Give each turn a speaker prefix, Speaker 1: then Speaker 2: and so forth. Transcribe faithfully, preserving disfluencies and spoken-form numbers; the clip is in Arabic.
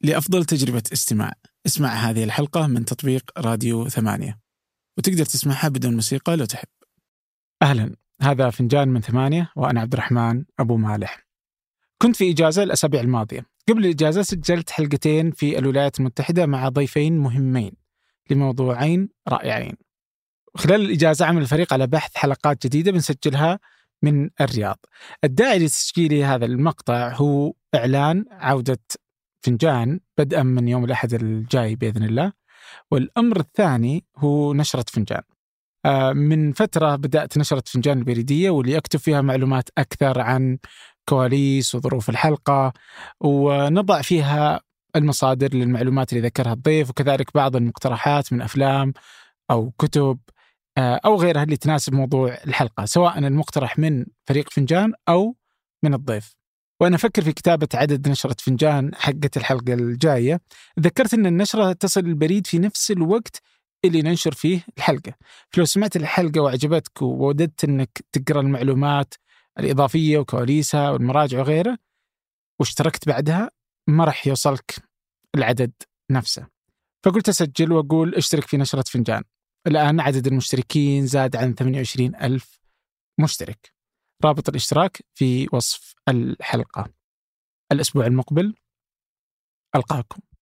Speaker 1: لأفضل تجربة استماع. اسمع هذه الحلقة من تطبيق راديو ثمانية، وتقدر تسمعها بدون موسيقى لو تحب. أهلا، هذا فنجان من ثمانية وأنا عبد الرحمن أبو مالح. كنت في إجازة الأسابيع الماضية. قبل الإجازة سجلت حلقتين في الولايات المتحدة مع ضيفين مهمين لموضوعين رائعين. خلال الإجازة عمل الفريق على بحث حلقات جديدة بنسجلها من الرياض. الداعي لتسجيل هذا المقطع هو إعلان عودة فنجان بدءا من يوم الأحد الجاي بإذن الله. والأمر الثاني هو نشرة فنجان. من فترة بدأت نشرة فنجان البريدية، واللي أكتب فيها معلومات أكثر عن كواليس وظروف الحلقة، ونضع فيها المصادر للمعلومات اللي ذكرها الضيف، وكذلك بعض المقترحات من أفلام أو كتب أو غيرها اللي تناسب موضوع الحلقة، سواء المقترح من فريق فنجان أو من الضيف. وأنا أفكر في كتابة عدد نشرة فنجان حقة الحلقة الجاية. ذكرت أن النشرة تصل البريد في نفس الوقت اللي ننشر فيه الحلقة، فلو سمعت الحلقة وعجبتك ووددت أنك تقرأ المعلومات الإضافية وكواليسها والمراجع وغيره واشتركت بعدها، ما رح يوصلك العدد نفسه. فقلت أسجل وأقول اشترك في نشرة فنجان. الآن عدد المشتركين زاد عن ثمانية وعشرين ألف مشترك. رابط الاشتراك في وصف الحلقة. الأسبوع المقبل ألقاكم.